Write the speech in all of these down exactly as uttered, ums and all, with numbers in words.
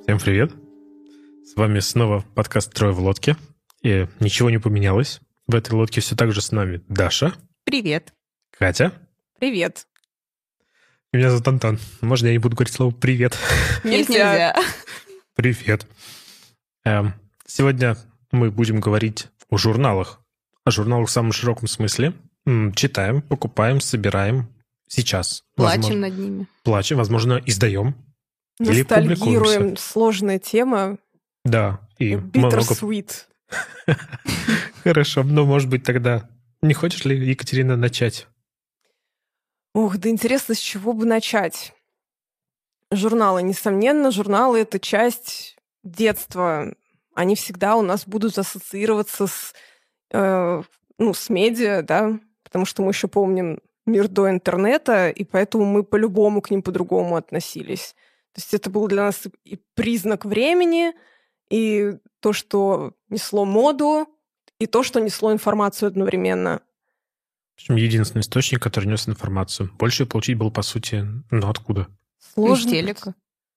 Всем привет! С вами снова подкаст «Трое в лодке». И ничего не поменялось. В этой лодке все так же с нами Даша. Привет. Катя. Привет. И меня зовут Антон. Можно я не буду говорить слово «привет»? Нет, нельзя. Привет. Эм, сегодня мы будем говорить о журналах. О журналах в самом широком смысле. М, читаем, покупаем, собираем. Сейчас. Плачем возможно, над ними. Плачем, возможно, издаем. Или Ностальгируем. публикуемся. Сложная тема. Да. И Bitter много... sweet. Хорошо. Ну, может быть, тогда... Не хочешь ли, Екатерина, начать? Ох, да интересно, с чего бы начать. Журналы. Несомненно, журналы — это часть детства. Они всегда у нас будут ассоциироваться с, э, ну, с медиа, да, потому что мы еще помним мир до интернета, и поэтому мы по-любому к ним по-другому относились. То есть это был для нас и признак времени, и то, что несло моду, и то, что несло информацию одновременно. Причем единственный источник, который нес информацию. Больше получить было, по сути, ну откуда? Сложно. Из телека.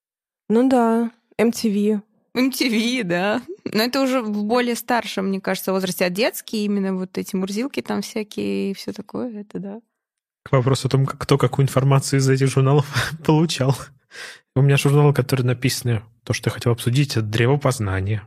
Ну да, эм ти ви. эм ти ви, да. Но это уже в более старшем, мне кажется, возрасте. А детские именно вот эти мурзилки там всякие и все такое, это да. К вопросу о том, кто какую информацию из этих журналов получал. У меня журналы, которые написаны, то, что я хотел обсудить, это «Древо познания».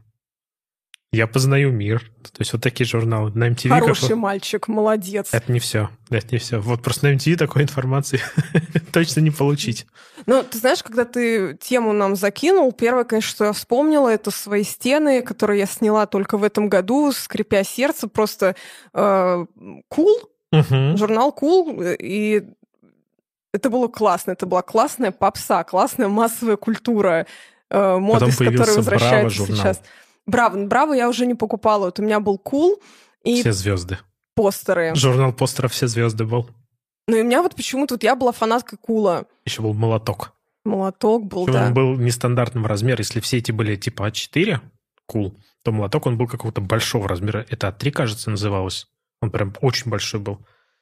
«Я познаю мир». То есть вот такие журналы. На эм ти ви... Хороший как... мальчик, молодец. Это не все. Это не все. Вот просто на эм ти ви такой информации точно не получить. Ну, ты знаешь, когда ты тему нам закинул, первое, конечно, что я вспомнила, это свои стены, которые я сняла только в этом году, скрипя сердце, просто э, «Кул», Угу. журнал «Кул», и это было классно, это была классная попса, классная массовая культура, э, моды, с которой возвращается журнал. сейчас. Браво, Браво я уже не покупала, вот у меня был «Кул» и Все звезды. постеры. Журнал постеров «Все звезды» был. Ну и у меня вот почему-то, вот я была фанаткой «Кула». Еще был молоток. Молоток был, Причем да. Он был нестандартного размера. Если все эти были типа а четыре, кул, то молоток он был какого-то большого размера. Это а три, кажется, называлось. Он прям очень большой был.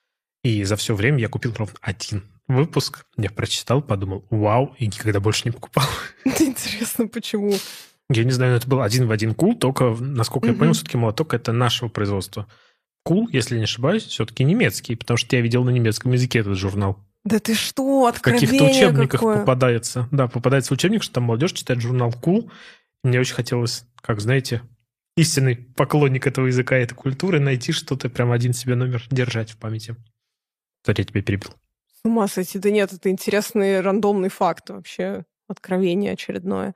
И за все время я купил ровно один выпуск. Я прочитал, подумал, вау, и никогда больше не покупал. Интересно, почему? Я не знаю, но это был один в один кул, только, насколько я Мгм. понял, все-таки молоток это нашего производства. Кул, если не ошибаюсь, все-таки немецкий, потому что я видел на немецком языке этот журнал. Да ты что, В откровение каких-то учебниках какое. попадается. Да, попадается в учебник, что там молодежь читает журнал Кул. Мне очень хотелось, как знаете, истинный поклонник этого языка и этой культуры, найти что-то, прям один себе номер держать в памяти. Sorry, я тебя перебил. С ума сойти. Да нет, это интересный рандомный факт вообще. Откровение очередное.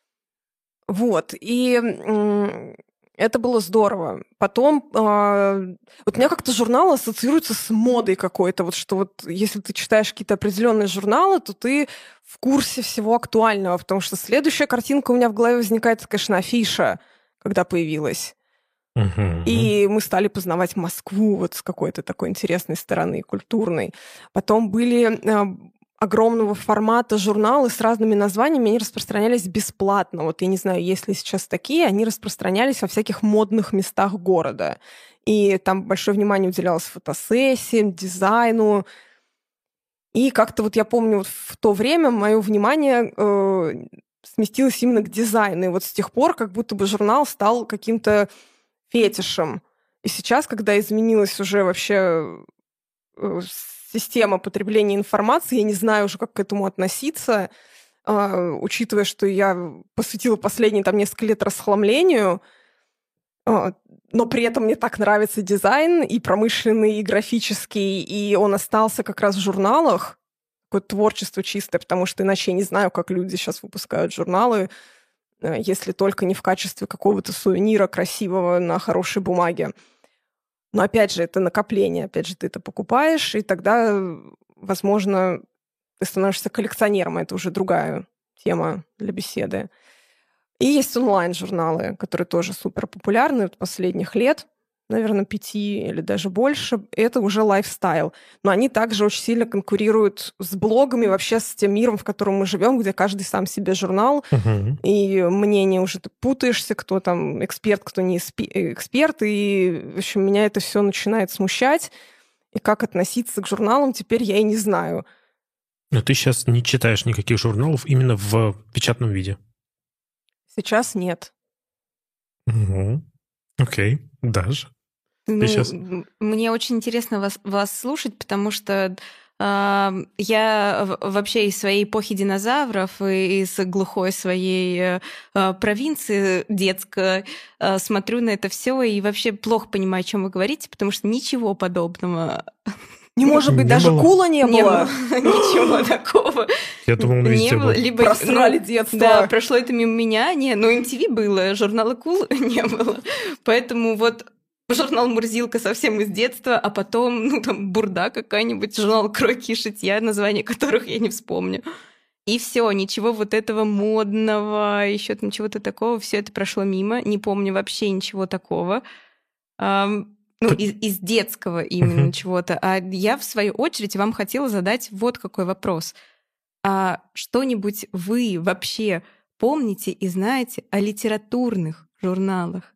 Вот. И м, это было здорово. Потом а, вот у меня как-то журнал ассоциируется с модой какой-то. Вот что вот если ты читаешь какие-то определенные журналы, то ты в курсе всего актуального, потому что следующая картинка у меня в голове возникает, это, конечно, афиша, когда появилась. Мгм. И мы стали познавать Москву вот с какой-то такой интересной стороны, культурной. Потом были э, огромного формата журналы с разными названиями, они распространялись бесплатно. Вот я не знаю, есть ли сейчас такие, они распространялись во всяких модных местах города. И там большое внимание уделялось фотосессиям, дизайну. И как-то вот я помню, вот в то время мое внимание э, сместилось именно к дизайну. И вот с тех пор как будто бы журнал стал каким-то фетишем. И сейчас, когда изменилась уже вообще э, система потребления информации, я не знаю уже, как к этому относиться, э, учитывая, что я посвятила последние там несколько лет расхламлению, э, но при этом мне так нравится дизайн и промышленный, и графический, и он остался как раз в журналах, такое творчество чистое, потому что иначе я не знаю, как люди сейчас выпускают журналы, если только не в качестве какого-то сувенира красивого на хорошей бумаге. Но опять же, это накопление. Опять же, ты это покупаешь, и тогда, возможно, ты становишься коллекционером. Это уже другая тема для беседы. И есть онлайн-журналы, которые тоже супер популярны от последних лет, наверное, пяти или даже больше. Это уже лайфстайл. Но они также очень сильно конкурируют с блогами, вообще с тем миром, в котором мы живем, где каждый сам себе журнал, Мгм. и мнение уже ты путаешься, кто там эксперт, кто не эспи- эксперт, и, в общем, меня это все начинает смущать. И как относиться к журналам теперь я и не знаю. Но ты сейчас не читаешь никаких журналов именно в печатном виде. Сейчас нет. Угу. Окей, даже. Ну, щас- м, мне очень интересно вас, вас слушать, потому что а, я в- вообще из своей эпохи динозавров и из глухой своей э, а, провинции детской а, смотрю на это все и вообще плохо понимаю, о чем вы говорите, потому что ничего подобного Не может быть, Не даже было. Кула не не было. было. Ничего такого. Я думал, он Не везде было. был. Либо, Просрали ну, детство. Да, прошло это мимо меня. Не, ну эм ти ви было, журнала Кул не было. Поэтому вот журнал «Мурзилка» совсем из детства, а потом, ну, там, «Бурда» какая-нибудь, журнал «Кройки и шитья», название которых я не вспомню. И все, ничего вот этого модного, еще там чего-то такого, все это прошло мимо. Не помню вообще ничего такого. Ам, ну, Так- из, из детского именно Мгм. чего-то. А я, в свою очередь, вам хотела задать вот какой вопрос. А что-нибудь вы вообще помните и знаете о литературных журналах?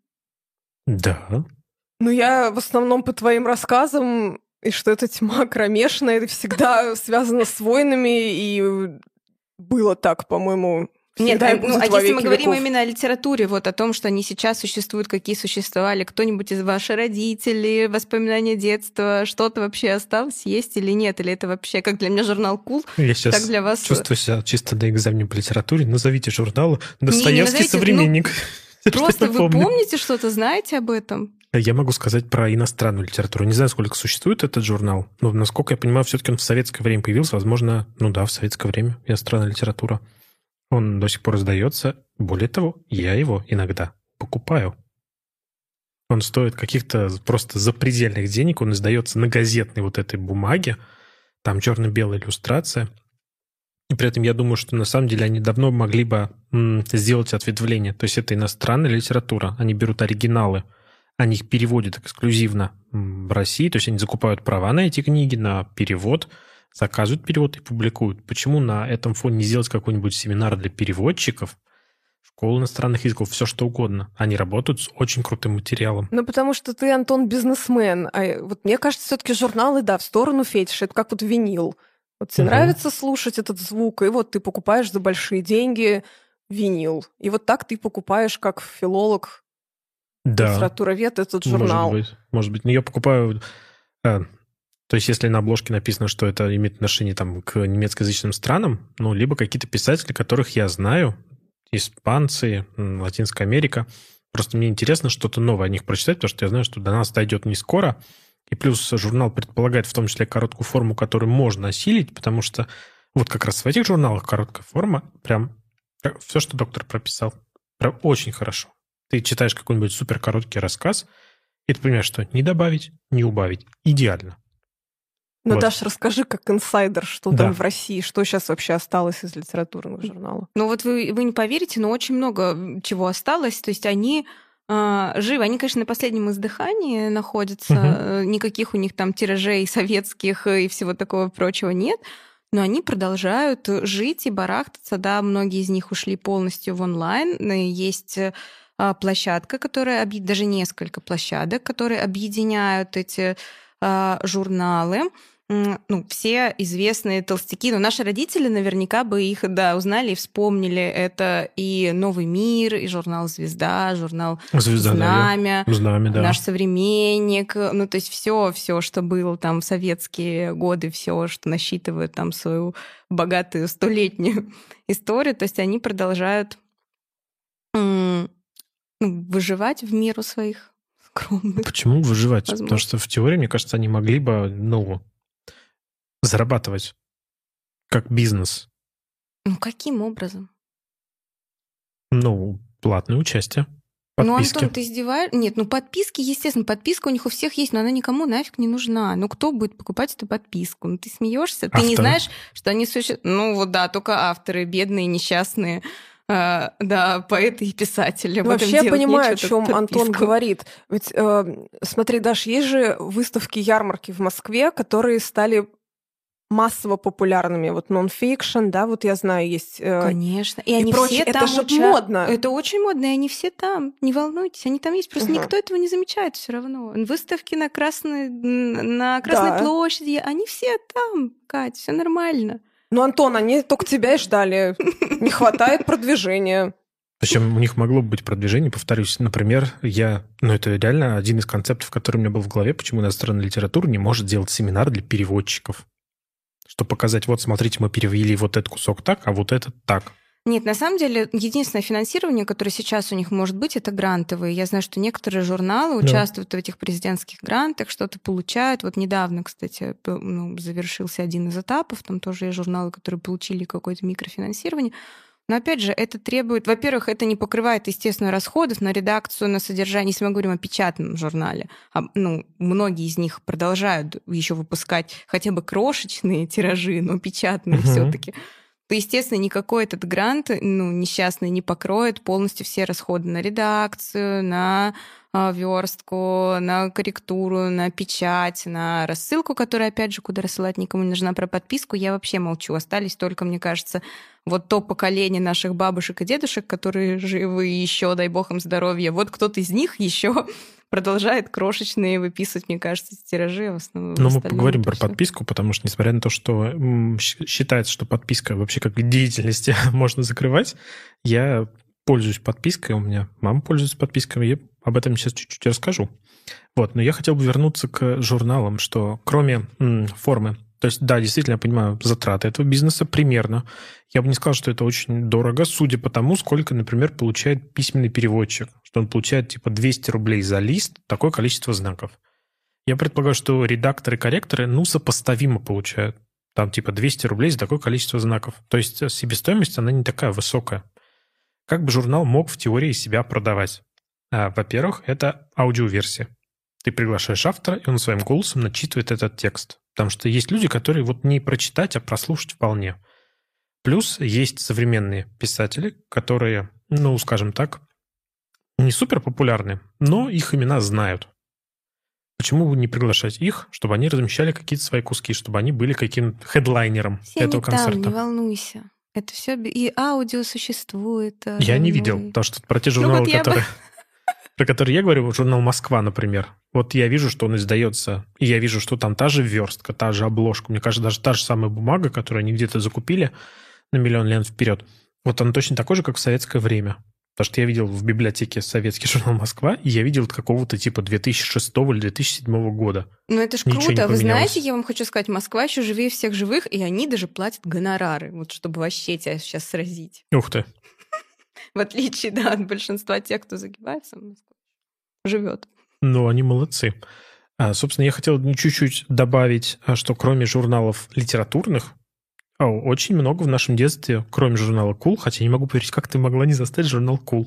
Да. Ну, я в основном по твоим рассказам, и что эта тьма кромешная, это всегда связано с войнами, и было так, по-моему, Нет, всегда и а, ну, будет а во если мы веки говорим веков. именно о литературе, вот о том, что они сейчас существуют, какие существовали, кто-нибудь из ваших родителей, воспоминания детства, что-то вообще осталось, есть или нет? Или это вообще, как для меня журнал Кул, Я сейчас так для вас... чувствую себя чисто на экзамене по литературе. Назовите журналы. не Достоевский назовите, современник. Что Просто я вы помню. помните что-то, знаете об этом? Я могу сказать про иностранную литературу. Не знаю, сколько существует этот журнал, но, насколько я понимаю, все-таки он в советское время появился. Возможно, ну да, в советское время иностранная литература. Он до сих пор издается. Более того, я его иногда покупаю. Он стоит каких-то просто запредельных денег. Он издается на газетной вот этой бумаге. Там черно-белая иллюстрация. И при этом я думаю, что на самом деле они давно могли бы м, сделать ответвление. То есть это иностранная литература. Они берут оригиналы, они их переводят эксклюзивно м, в России. То есть они закупают права на эти книги, на перевод, заказывают перевод и публикуют. Почему на этом фоне не сделать какой-нибудь семинар для переводчиков, школы иностранных языков, все что угодно? Они работают с очень крутым материалом. Ну, потому что ты, Антон, бизнесмен. А вот мне кажется, все-таки журналы, да, в сторону фетиша. Это как вот винил. Вот тебе Мгм. нравится слушать этот звук, и вот ты покупаешь за большие деньги винил. И вот так ты покупаешь, как филолог, Да, литературовед, этот журнал. может быть. Может быть. Но я покупаю... э, то есть если на обложке написано, что это имеет отношение там, к немецкоязычным странам, ну, либо какие-то писатели, которых я знаю, испанцы, м, Латинская Америка. Просто мне интересно что-то новое о них прочитать, потому что я знаю, что до нас дойдет не скоро. И плюс журнал предполагает в том числе короткую форму, которую можно осилить, потому что вот как раз в этих журналах короткая форма прям все, что доктор прописал, прям очень хорошо. Ты читаешь какой-нибудь супер короткий рассказ, и ты понимаешь, что не добавить, не убавить. Идеально. Ну, Вот. Даш, расскажи, как инсайдер, что Да. там в России, что сейчас вообще осталось из литературных журналов. Ну вот вы, вы не поверите, но очень много чего осталось. То есть они э, живы. Они, конечно, на последнем издыхании находятся. Мгм. Э, Никаких у них там тиражей советских и всего такого прочего нет. Но они продолжают жить и барахтаться. Да, многие из них ушли полностью в онлайн. И есть э, площадка, которая... объ- Даже несколько площадок, которые объединяют эти э, журналы. М, Ну, все известные толстяки, но наши родители наверняка бы их, да, узнали и вспомнили. Это и «Новый мир», и журнал «Звезда», журнал Звезда, да, «Знамя», я- Знамя, да. «Наш современник». Ну, то есть все, все, что было там в советские годы, все, что насчитывает там свою богатую столетнюю историю, то есть они продолжают м, ну, выживать в меру своих скромных. Почему выживать? Возможно. Потому что в теории, мне кажется, они могли бы, ну, зарабатывать как бизнес. Ну, каким образом? Ну, платное участие, Ну, подписки. Антон, ты издеваешь? Нет, ну подписки, естественно, подписка у них у всех есть, но она никому нафиг не нужна. Ну, кто будет покупать эту подписку? Ну, ты смеешься? Ты не Авторы. знаешь, что они существуют? Ну, вот да, только авторы, бедные, несчастные, э, да, поэты и писатели. Вот им Вообще я делать понимаю, о нечего, чем только Антон подписку. говорит. Ведь э, смотри, Даш, есть же выставки, ярмарки в Москве, которые стали массово популярными. Вот нон-фикшн, да, вот я знаю, есть... э, Конечно. И и они прочее. все Это там же уча- модно. Это очень модно, и они все там. Не волнуйтесь, они там есть. Просто Ага. никто этого не замечает все равно. Выставки на Красной, на Красной Да. площади, они все там, Кать, все нормально. Ну, Антон, они только тебя и ждали. Не хватает продвижения. Причем у них могло быть продвижение, повторюсь. Например, я... Ну, это реально один из концептов, который у меня был в голове, почему иностранная литература не может делать семинар для переводчиков. Чтобы показать, вот, смотрите, мы перевели вот этот кусок так, а вот этот так. Нет, на самом деле, единственное финансирование, которое сейчас у них может быть, это грантовые. Я знаю, что некоторые журналы Да. участвуют в этих президентских грантах, что-то получают. Вот недавно, кстати, п- ну, завершился один из этапов, там тоже есть журналы, которые получили какое-то микрофинансирование. Но опять же, это требует, во-первых, это не покрывает, естественно, расходов на редакцию, на содержание, если мы говорим о печатном журнале. А, ну, многие из них продолжают еще выпускать хотя бы крошечные тиражи, но печатные Мгм. все-таки. То, естественно, никакой этот грант, ну, несчастный, не покроет полностью все расходы на редакцию, на а, верстку, на корректуру, на печать, на рассылку, которая, опять же, куда рассылать никому не нужна. Про подписку я вообще молчу. Остались только, мне кажется, вот то поколение наших бабушек и дедушек, которые живы еще, дай бог им здоровья. Вот кто-то из них еще продолжает крошечные выписывать, мне кажется, тиражи. В основном, Но мы остальное поговорим это про всё. подписку, потому что, несмотря на то, что м, щ- считается, что подписка вообще как вид деятельности можно закрывать, я пользуюсь подпиской, у меня мама пользуется подпиской, я об этом сейчас чуть-чуть расскажу. Вот, но я хотел бы вернуться к журналам, что кроме м, формы, то есть, да, действительно, я понимаю затраты этого бизнеса примерно. Я бы не сказал, что это очень дорого, судя по тому, сколько, например, получает письменный переводчик, что он получает типа двести рублей за лист, такое количество знаков. Я предполагаю, что редакторы и корректоры, ну, сопоставимо получают. Там типа двести рублей за такое количество знаков. То есть э, себестоимость, она не такая высокая. Как бы журнал мог в теории себя продавать? А, во-первых, это аудиоверсия. Ты приглашаешь автора, и он своим голосом начитывает этот текст. Потому что есть люди, которые вот не прочитать, а прослушать вполне. Плюс есть современные писатели, которые, ну, скажем так, не супер популярны, но их имена знают. Почему бы не приглашать их, чтобы они размещали какие-то свои куски, чтобы они были каким-то хедлайнером Все этого не там, концерта? не волнуйся. Это все и аудио существует. э, Я не давно, видел, и- потому что про те Ну журналы, вот я бы- которые, про которые я говорю, вот журнал «Москва», например. Вот я вижу, что он издается, и я вижу, что там та же верстка, та же обложка. Мне кажется, даже та же самая бумага, которую они где-то закупили на миллион лет вперед. Вот он точно такой же, как в советское время. Потому что я видел в библиотеке советский журнал «Москва», и я видел какого-то типа две тысячи шестого или две тысячи седьмого года. Ну это ж Ничего не круто. Вы поменялось. знаете, я вам хочу сказать, Москва еще живее всех живых, и они даже платят гонорары, вот чтобы вообще тебя сейчас сразить. Ух ты. В отличие, да, от большинства тех, кто загибается, Москва живет. Ну, они молодцы. А, собственно, я хотел ну, чуть-чуть добавить, а, что кроме журналов литературных, а, очень много в нашем детстве, кроме журнала «Кул», хотя я не могу поверить, как ты могла не застать журнал «Кул».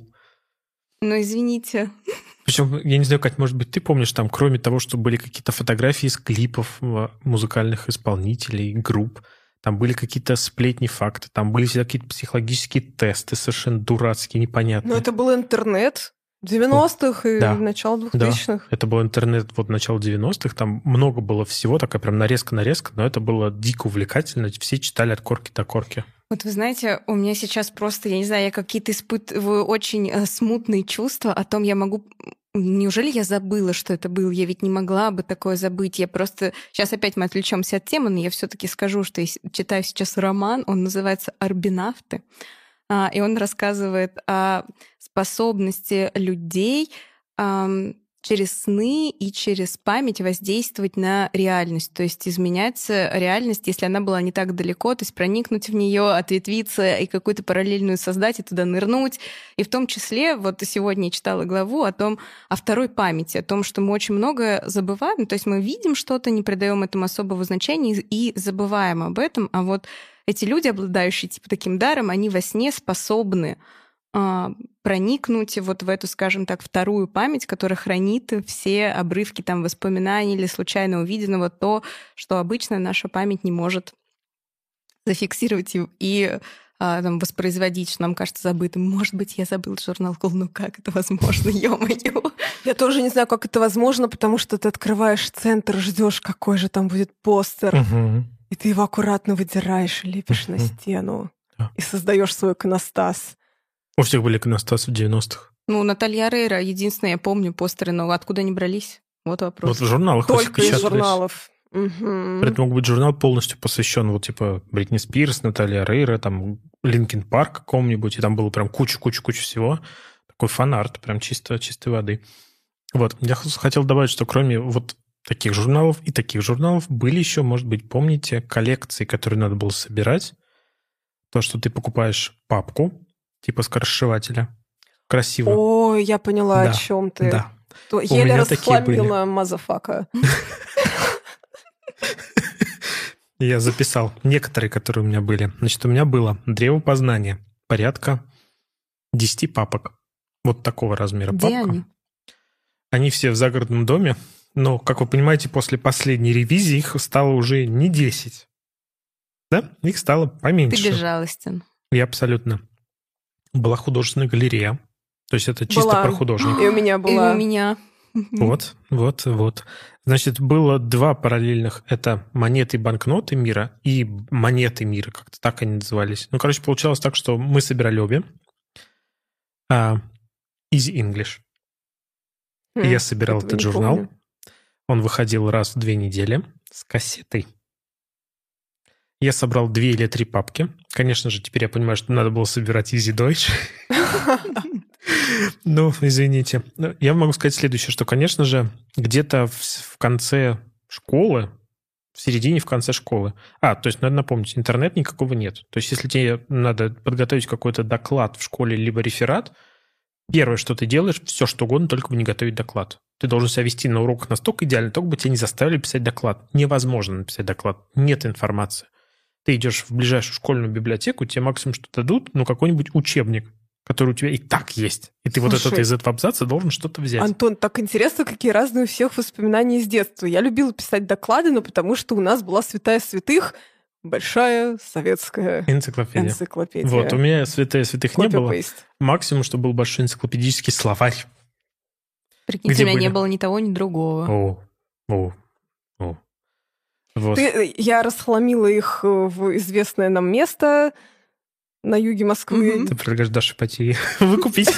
Ну, извините. Причем, я не знаю, Кать, может быть, ты помнишь, там, кроме того, что были какие-то фотографии из клипов а, музыкальных исполнителей, групп, там были какие-то сплетни, факты, там были всякие психологические тесты совершенно дурацкие, непонятные. Но это был интернет девяностых и Да. начало двухтысячных. Это был интернет вот начала девяностых, там много было всего, такая прям нарезка-нарезка, но это было дико увлекательно, все читали от корки до корки. Вот вы знаете, у меня сейчас просто, я не знаю, я какие-то испытываю очень э, смутные чувства о том, я могу... Неужели я забыла, что это был? Я ведь не могла бы такое забыть. Я просто... Сейчас опять мы отвлечемся от темы, но я все-таки скажу, что я читаю сейчас роман, он называется «Арбинавты», а, и он рассказывает о способности людей ам, через сны и через память воздействовать на реальность, то есть изменять реальность, если она была не так далеко, то есть проникнуть в нее, ответвиться и какую-то параллельную создать и туда нырнуть. И в том числе, вот сегодня я читала главу о том, о второй памяти, о том, что мы очень многое забываем, то есть мы видим что-то, не придаем этому особого значения и забываем об этом, а вот эти люди, обладающие типа таким даром, они во сне способны а, проникнуть вот в эту, скажем так, вторую память, которая хранит все обрывки там воспоминаний или случайно увиденного, то, что обычно наша память не может зафиксировать и, и а, там, воспроизводить, что нам кажется забытым. Может быть, я забыл журнал «Кул», ну как это возможно, ё-моё? Я тоже не знаю, как это возможно, потому что ты открываешь центр, ждешь, какой же там будет постер, Угу. и ты его аккуратно выдираешь и лепишь на Мгм. стену, Да. и создаешь свой иконостас. У всех были иконостасы в девяностых. Ну, Наталья Рейра, единственное, я помню постеры, но откуда они брались? Вот вопрос. Вот в журналах Только из печатались. журналов. Мгм. Это мог быть журнал полностью посвящен вот типа Бритни Спирс, Наталья Рейра, там Линкин Парк какому-нибудь, и там было прям куча-куча-куча всего. Такой фан-арт, прям чисто чистой воды. Вот, я х- хотел добавить, что кроме вот таких журналов и таких журналов были еще, может быть, помните, коллекции, которые надо было собирать. То, что ты покупаешь папку, типа скоросшивателя. Красиво. Ой, я поняла, Да, о чем ты. да. То У еле меня такие были. расхламила мазафака. Я записал некоторые, которые у меня были. Значит, у меня было древо познания. Порядка десяти папок. Вот такого размера Где папка. они? Они все в загородном доме. Но, как вы понимаете, после последней ревизии их стало уже не десять. Да? Их стало Ты поменьше. безжалостен. Я абсолютно. Была художественная галерея. То есть это чисто Была. про художника. И у меня И была... у меня. Вот, вот, вот. Значит, было два параллельных. Это монеты и банкноты мира и монеты мира. Как-то так они назывались. Ну, короче, получалось так, что мы собирали обе. А, Easy English. Хм, И я собирал этого этот не журнал. помню. Он выходил раз в две недели с кассетой. Я собрал две или три папки. Конечно же, теперь я понимаю, что надо было собирать Easy Deutsch. Ну, извините. Я могу сказать следующее, что, конечно же, где-то в, в конце школы, в середине, в конце школы. А, то есть надо напомнить, интернета никакого нет. То есть если тебе надо подготовить какой-то доклад в школе, либо реферат, первое, что ты делаешь, все что угодно, только бы не готовить доклад. Ты должен себя вести на уроках настолько идеально, только бы тебя не заставили писать доклад. Невозможно написать доклад. Нет информации. Ты идешь в ближайшую школьную библиотеку, тебе максимум что дадут, ну, какой-нибудь учебник, который у тебя и так есть. И ты вот Слушай, это из этого абзаца должен что-то взять. Антон, так интересно, какие разные у всех воспоминания из детства. Я любила писать доклады, но потому что у нас была святая святых, большая советская Энциклопедия. энциклопедия. Вот, у меня святая святых не было. Copy-paste. Максимум, что был большой энциклопедический словарь. Прикиньте, Где у меня были? не было ни того, ни другого. О, о, о. Вот. Ты- я расхламила их э, в известное нам место на юге Москвы. Мгм. Ты предлагаешь Даше пойти выкупить.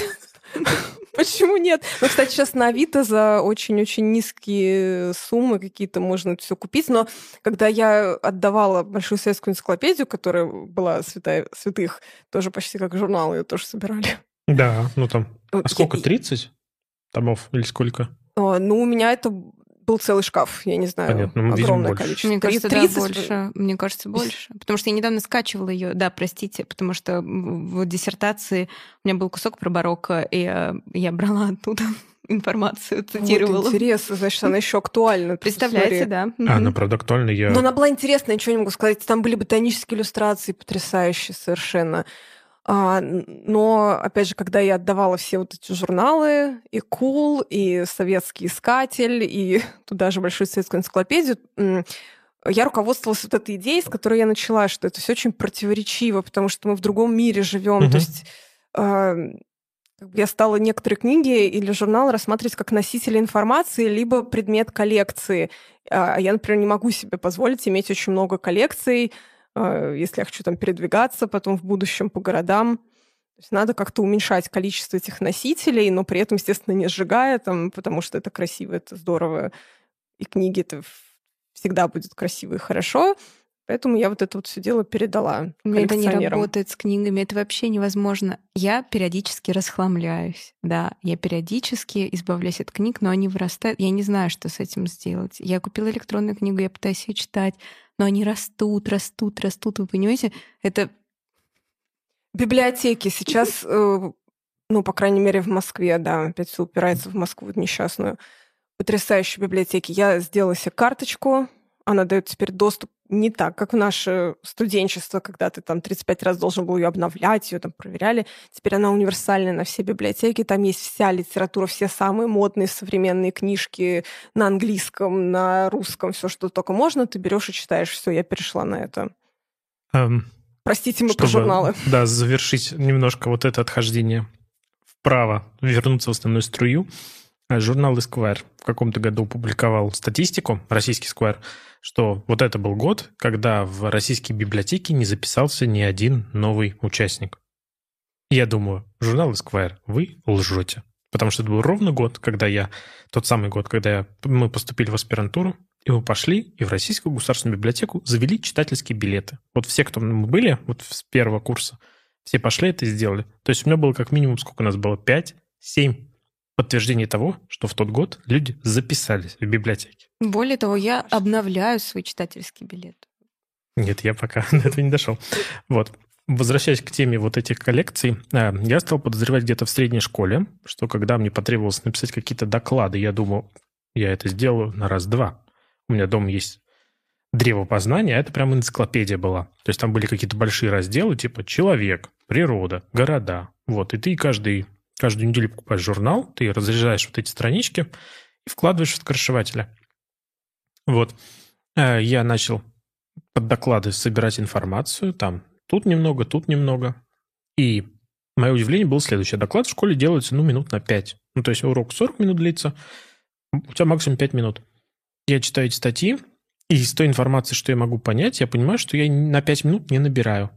Почему нет? Ну, кстати, сейчас на Авито за очень-очень низкие суммы какие-то можно это все купить. Но когда я отдавала большую советскую энциклопедию, которая была святая святых, тоже почти как журнал, ее тоже собирали. Да, ну там. Вот А сколько, я- тридцать томов или сколько? А, Ну, у меня это был целый шкаф, я не знаю, Понятно, ну, видимо, огромное больше. количество. Мне кажется, да, тридцать больше. Мне кажется, больше. Потому что я недавно скачивала ее. Да, простите, потому что в диссертации у меня был кусок про барокко, и э, я брала оттуда информацию, цитировала. Вот интересно, значит, она еще актуальна. Представляете, да? А, Мгм. ну, правда, актуально. Я... Но она была интересная, ничего не могу сказать. Там были ботанические иллюстрации потрясающие совершенно. А, но, опять же, когда я отдавала все вот эти журналы, и Кул, и Советский искатель, и туда же Большую советскую энциклопедию, м, я руководствовалась вот этой идеей, с которой я начала, что это все очень противоречиво, потому что мы в другом мире живем. Мгм. То есть а, как бы я стала некоторые книги или журналы рассматривать как носители информации, либо предмет коллекции. А я, например, не могу себе позволить иметь очень много коллекций, а, если я хочу там передвигаться потом в будущем по городам. То есть надо как-то уменьшать количество этих носителей, но при этом, естественно, не сжигая, там, потому что это красиво, это здорово. И книги это всегда будет красиво и хорошо. Поэтому я вот это вот все дело передала У меня это не коллекционерам. работает с книгами, это вообще невозможно. Я периодически расхламляюсь, да, я периодически избавляюсь от книг, но они вырастают. Я не знаю, что с этим сделать. Я купила электронную книгу, я пытаюсь ее читать, но они растут, растут, растут, вы понимаете? Это Библиотеки сейчас, э, ну, по крайней мере, в Москве, да, опять все упирается в Москву несчастную. Потрясающие библиотеки. Я сделала себе карточку, она дает теперь доступ не так, как в наше студенчество, когда ты там тридцать пять раз должен был ее обновлять, ее там проверяли. Теперь она универсальная на все библиотеки, там есть вся литература, все самые модные современные книжки на английском, на русском, все, что только можно, ты берешь и читаешь. Все, я перешла на это. Эм, Простите, мы про чтобы, журналы. да, завершить немножко вот это отхождение вправо, вернуться в основную струю. э, Журнал Esquire в каком-то году опубликовал статистику, российский Esquire, что вот это был год, когда в российские библиотеки не записался ни один новый участник. И я думаю, журнал Esquire, вы лжете. Потому что это был ровно год, когда я, тот самый год, когда я, мы поступили в аспирантуру, И мы пошли и в Российскую государственную библиотеку завели читательские билеты. Вот все, кто мы были вот с первого курса, все пошли это и сделали. То есть у меня было как минимум, сколько у нас было, пять-семь подтверждений того, что в тот год люди записались в библиотеке. Более того, я обновляю свой читательский билет. Нет, я пока до этого не дошел. Вот. Возвращаясь к теме вот этих коллекций, я стал подозревать где-то в средней школе, что когда мне потребовалось написать какие-то доклады, я думал, я это сделаю на раз-два. У меня дома есть древо познания, а это прям энциклопедия была. То есть там были какие-то большие разделы, типа человек, природа, города. Вот. И ты каждый, каждую неделю покупаешь журнал, ты разрезаешь вот эти странички и вкладываешь в скоршевателя. Вот. Я начал под доклады собирать информацию, там тут немного, тут немного. И мое удивление было следующее. Доклад в школе делается, ну, минут на пять. Ну, то есть урок сорок минут длится, у тебя максимум пять минут. Я читаю эти статьи, и из той информации, что я могу понять, я понимаю, что я на пять минут не набираю.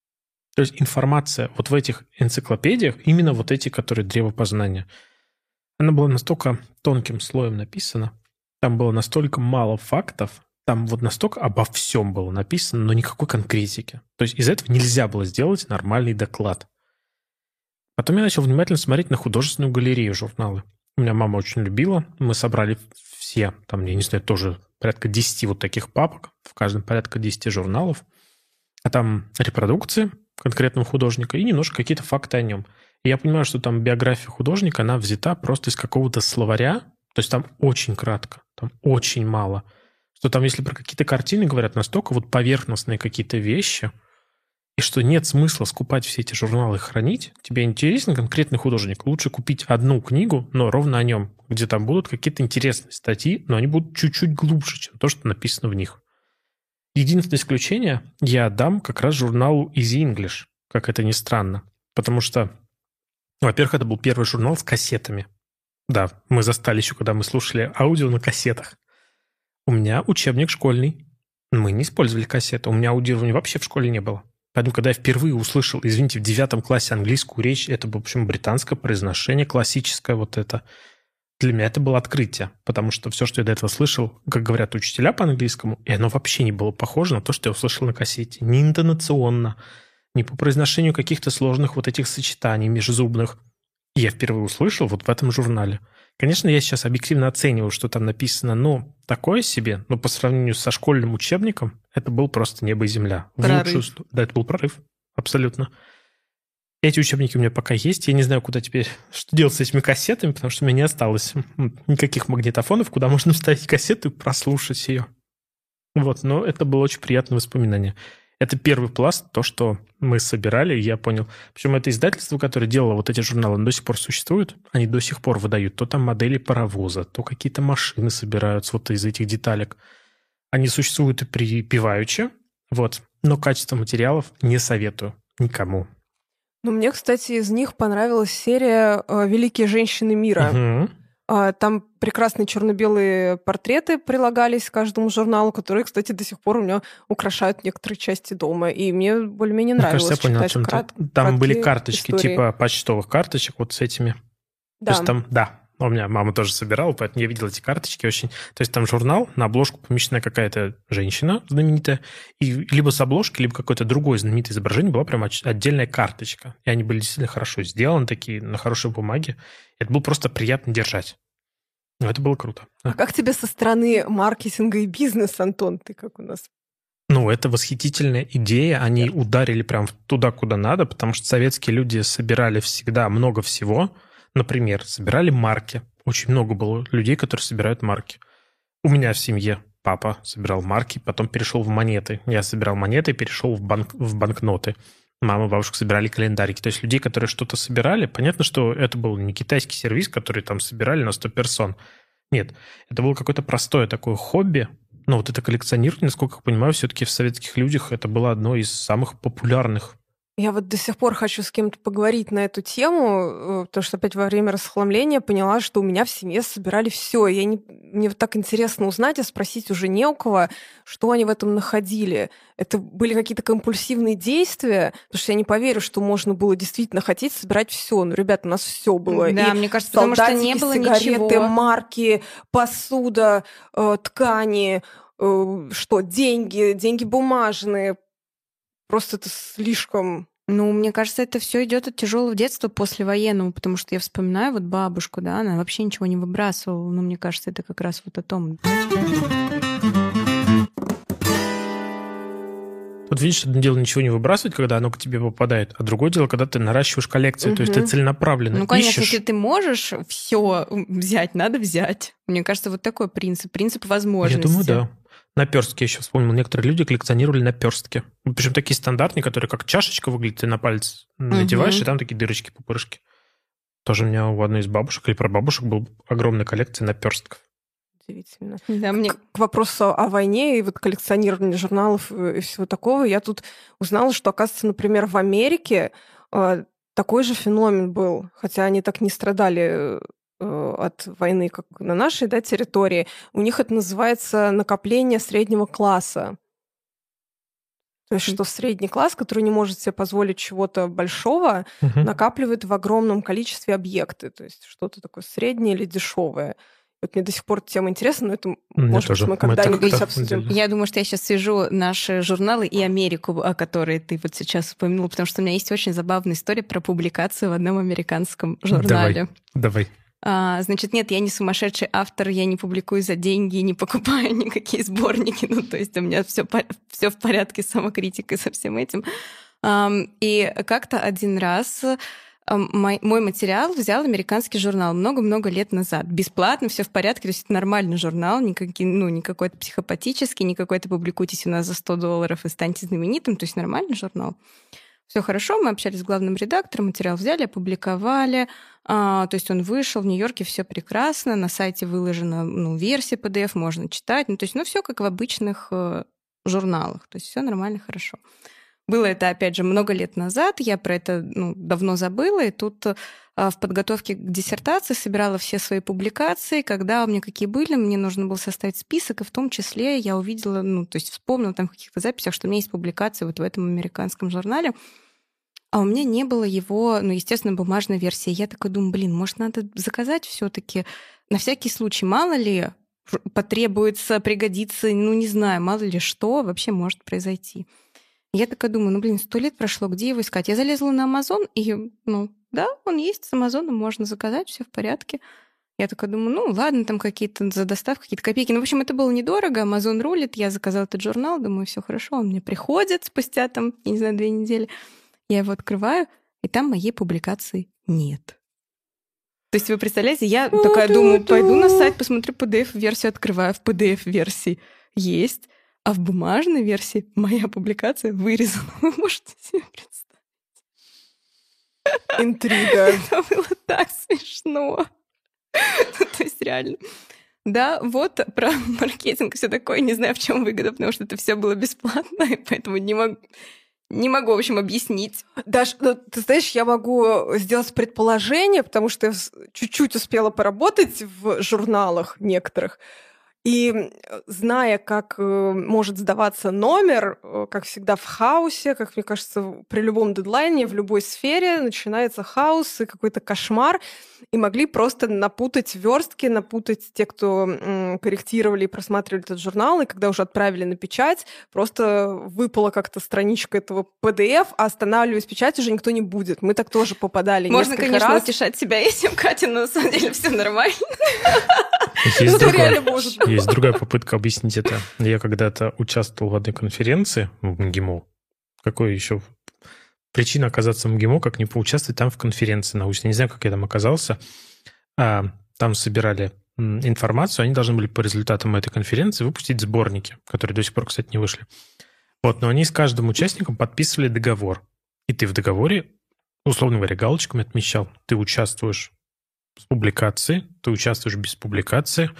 То есть информация вот в этих энциклопедиях, именно вот эти, которые древо познания, она была настолько тонким слоем написана, там было настолько мало фактов, там вот настолько обо всем было написано, но никакой конкретики. То есть из этого нельзя было сделать нормальный доклад. Потом я начал внимательно смотреть на художественную галерею журналы. У меня мама очень любила. Мы собрали все, там, я не знаю, тоже порядка десяти вот таких папок, в каждом порядка десяти журналов. А там репродукции конкретного художника и немножко какие-то факты о нем. И я понимаю, что там биография художника, она взята просто из какого-то словаря. То есть там очень кратко, там очень мало. Что там, если про какие-то картины говорят, настолько вот поверхностные какие-то вещи, и что нет смысла скупать все эти журналы и хранить. Тебе интересен конкретный художник. Лучше купить одну книгу, но ровно о нем, где там будут какие-то интересные статьи, но они будут чуть-чуть глубже, чем то, что написано в них. Единственное исключение я дам как раз журналу Easy English, как это ни странно. Потому что, во-первых, это был первый журнал с кассетами. Да, мы застали еще, когда мы слушали аудио на кассетах. У меня учебник школьный. Мы не использовали кассеты. У меня аудирования вообще в школе не было. Поэтому, когда я впервые услышал, извините, в девятом классе английскую речь, это было, в общем, британское произношение, классическое вот это. Для меня это было открытие, потому что все, что я до этого слышал, как говорят учителя по английскому, и оно вообще не было похоже на то, что я услышал на кассете. Ни интонационно, ни по произношению каких-то сложных вот этих сочетаний межзубных. И я впервые услышал вот в этом журнале. Конечно, я сейчас объективно оцениваю, что там написано, но такое себе, но по сравнению со школьным учебником, это был просто небо и земля. Прорыв. Лучшую... Да, это был прорыв, абсолютно. Эти учебники у меня пока есть. Я не знаю, куда теперь, что делать с этими кассетами, потому что у меня не осталось никаких магнитофонов, куда можно вставить кассету и прослушать ее. Вот, но это было очень приятное воспоминание. Это первый пласт, то, что мы собирали, я понял. Причем это издательство, которое делало вот эти журналы, оно до сих пор существует. Они до сих пор выдают то там модели паровоза, то какие-то машины собираются вот из этих деталек. Они существуют и припеваючи, вот. Но качество материалов не советую никому. Ну, мне, кстати, из них понравилась серия «Великие женщины мира». Угу. Там прекрасные черно-белые портреты прилагались к каждому журналу, которые, кстати, до сих пор у меня украшают некоторые части дома. И мне более-менее нравилось. Мне кажется, я понял, о чем крат... Там были карточки, истории. типа почтовых карточек вот с этими. Да. То есть там, да, у меня мама тоже собирала, поэтому я видел эти карточки очень. То есть там журнал, на обложку помещена какая-то женщина знаменитая, и либо с обложки, либо какое-то другое знаменитое изображение была прям отдельная карточка. И они были действительно хорошо сделаны, такие, на хорошей бумаге. Это было просто приятно держать. Ну, это было круто. А как тебе со стороны маркетинга и бизнеса, Антон? Ты как у нас? Ну, это восхитительная идея. Они да. ударили прям туда, куда надо, потому что советские люди собирали всегда много всего. Например, собирали марки. Очень много было людей, которые собирают марки. У меня в семье папа собирал марки, потом перешел в монеты. Я собирал монеты, перешел в, банк, в банкноты. Мама, бабушка собирали календарики. То есть людей, которые что-то собирали, понятно, что это был не китайский сервис, который там собирали на сто персон. Нет, это было какое-то простое такое хобби. Но вот это коллекционирование, насколько я понимаю, все-таки в советских людях это было одно из самых популярных Я вот до сих пор хочу с кем-то поговорить на эту тему, потому что опять во время расхламления поняла, что у меня в семье собирали все. Я не... Мне вот так интересно узнать, а спросить уже не у кого, что они в этом находили. Это были какие-то компульсивные действия, потому что я не поверю, что можно было действительно хотеть собирать все. Ну, ребят, у нас все было. Да, И мне кажется, потому что не было сигареты, ничего. марки, посуда, э, ткани, э, что, деньги, деньги бумажные. Просто это слишком... Ну, мне кажется, это все идет от тяжелого детства послевоенного, потому что я вспоминаю вот бабушку, да, она вообще ничего не выбрасывала, но мне кажется, это как раз вот о том. Вот видишь, одно дело ничего не выбрасывать, когда оно к тебе попадает, а другое дело, когда ты наращиваешь коллекцию, Угу. то есть ты целенаправленно Ну, конечно, ищешь. если ты можешь все взять, надо взять. Мне кажется, вот такой принцип, принцип Я возможности. думаю, да. Наперстки я еще вспомнил. Некоторые люди коллекционировали наперстки. Причем такие стандартные, которые как чашечка выглядит, ты на палец надеваешь, Мгм. и там такие дырочки, пупырышки. Тоже у меня у одной из бабушек или прабабушек был огромная коллекция наперстков. Удивительно. Да, мне... К, к вопросу о войне и вот коллекционировании журналов и всего такого, я тут узнала, что, оказывается, например, в Америке э, такой же феномен был, хотя они так не страдали э, от войны, как на нашей, да, территории. У них это называется накопление среднего класса. То есть, что средний класс, который не может себе позволить чего-то большого, Мгм. накапливает в огромном количестве объекты. То есть что-то такое среднее или дешевое. Вот мне до сих пор эта тема интересна, но это, Мне может тоже. быть, мы Мы так когда-нибудь как-то обсудим. отдельно. Я думаю, что я сейчас свяжу наши журналы и Америку, о которой ты вот сейчас упомянула, потому что у меня есть очень забавная история про публикацию в одном американском журнале. Давай. А, значит, нет, я не сумасшедший автор, я не публикую за деньги, не покупаю никакие сборники. Ну, то есть у меня все, все в порядке с самокритикой, со всем этим. Ам, и как-то один раз ам, мой, мой материал взял американский журнал много-много лет назад. Бесплатно, все в порядке, то есть это нормальный журнал, никакой, ну, не какой-то психопатический, не какой-то публикуйтесь у нас за сто долларов и станьте знаменитым, то есть нормальный журнал. Все хорошо, мы общались с главным редактором, материал взяли, опубликовали. А, то есть он вышел в Нью-Йорке, все прекрасно, на сайте выложена ну, версия пи ди эф, можно читать. Ну, то есть, ну, все как в обычных э, журналах. То есть все нормально, хорошо. Было это, опять же, много лет назад, я про это ну, давно забыла, и тут э, в подготовке к диссертации собирала все свои публикации, когда у меня какие были, мне нужно было составить список, и в том числе я увидела, ну, то есть вспомнила там в каких-то записях, что у меня есть публикация вот в этом американском журнале, а у меня не было его, ну, естественно, бумажной версии. Я такая думаю, блин, может, надо заказать все-таки на всякий случай, мало ли потребуется, пригодится, ну, не знаю, мало ли что вообще может произойти. Я такая думаю, ну, блин, сто лет прошло, где его искать? Я залезла на Амазон, и, ну, да, он есть с Амазоном, можно заказать, все в порядке. Я такая думаю, ну, ладно, там какие-то за доставку, какие-то копейки. Ну, в общем, это было недорого, Амазон рулит, я заказала этот журнал, думаю, все хорошо, он мне приходит спустя, там, я не знаю, две недели. Я его открываю, и там моей публикации нет. То есть вы представляете, я такая думаю, пойду на сайт, посмотрю пи ди эф-версию, открываю, в пи ди эф-версии есть, а в бумажной версии моя публикация вырезана. Вы можете себе представить? Интрига. Это было так смешно. То есть реально. Да, вот про маркетинг все такое. Не знаю, в чем выгода, потому что это все было бесплатно, и поэтому не могу... Не могу, в общем, объяснить. Даш, ну, ты знаешь, я могу сделать предположение, потому что я чуть-чуть успела поработать в журналах некоторых. И зная, как может сдаваться номер, как всегда в хаосе, как мне кажется, при любом дедлайне, в любой сфере начинается хаос и какой-то кошмар. И могли просто напутать верстки, напутать те, кто м, корректировали и просматривали этот журнал, и когда уже отправили на печать, просто выпала как-то страничка этого пи ди эф, а останавливать печать уже никто не будет. Мы так тоже попадали Можно, несколько конечно, раз. утешать себя этим, Катя, но на самом деле все нормально. Есть, Это реально другая, может быть. есть другая попытка объяснить это. Я когда-то участвовал в одной конференции в МГИМО. Какой еще причина оказаться в МГИМО, как не поучаствовать там в конференции научной? Не знаю, как я там оказался. А, там собирали информацию. Они должны были по результатам этой конференции выпустить сборники, которые до сих пор, кстати, не вышли. Вот, но они с каждым участником подписывали договор. И ты в договоре, условно говоря, галочками отмечал, ты участвуешь с публикацией, ты участвуешь без публикации,